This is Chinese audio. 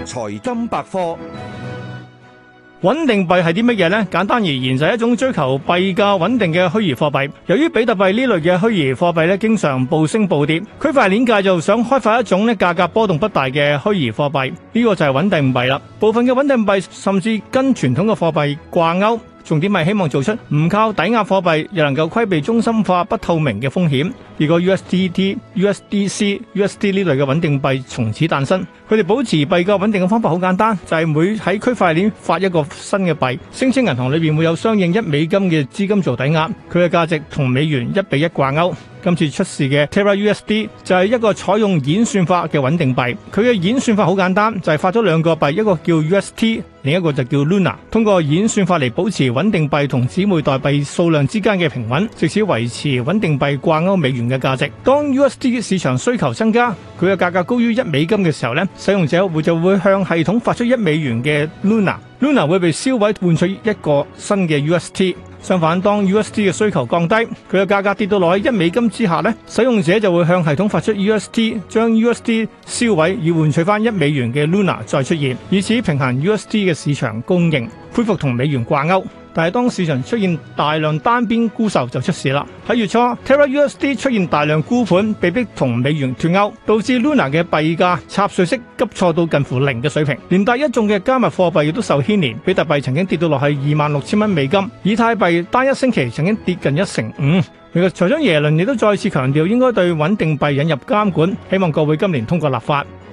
財金百科。 穩定幣係啲乜嘢呢？簡單而言就係一種追求幣價穩定嘅虛擬貨幣。由於比特幣呢類嘅虛擬貨幣經常暴升暴跌，區塊鏈界就想開發一種價格波動不大嘅虛擬貨幣，呢個就係穩定幣啦。部分嘅穩定幣甚至跟傳統嘅貨幣掛鈎。重點係希望做出唔靠抵押貨幣，又能夠規避中心化不透明嘅風險。結果 USDT、USDC、USD 呢類嘅穩定幣從此誕生。佢哋保持幣價穩定嘅方法好簡單，就係每喺區塊鏈發一個新嘅幣，聲稱銀行裏邊會有相應1美金嘅資金做抵押，佢嘅價值同美元1:1掛鈎。今次出事嘅 Terra USD 就係一個採用演算法嘅穩定幣，佢嘅演算法好簡單，就係發咗2個幣，一個叫 UST， 另一個就叫 Luna。通過演算法嚟保持穩定幣同姊妹代幣數量之間嘅平穩，藉此維持穩定幣掛鈎美元嘅價值。當 USD 市場需求增加，佢嘅價格高於1美金嘅時候呢，使用者就會向系統發出1美元嘅 Luna 會被銷毀換取一個新嘅 UST。相反，當 USD 嘅需求降低，佢嘅價格跌到落喺1美金之下呢，使用者就會向系統發出 UST， 將 USD 銷毀以換取翻1美元嘅 Luna 再出現，以此平衡 USD 嘅市場供應，恢復同美元掛鈎。但係當市場出現大量單邊沽售就出事啦。喺月初 Terra USD 出現大量沽盤，被逼同美元脫鈎，導致 Luna 嘅幣價插水式急挫到近乎0嘅水平，連帶一眾嘅加密貨幣亦都受牽連。比特幣曾經跌到落去26,000蚊美金，以太幣單一星期曾經跌近1成5。美國財長耶倫亦都再次強調應該對穩定幣引入監管，希望國會今年通過立法。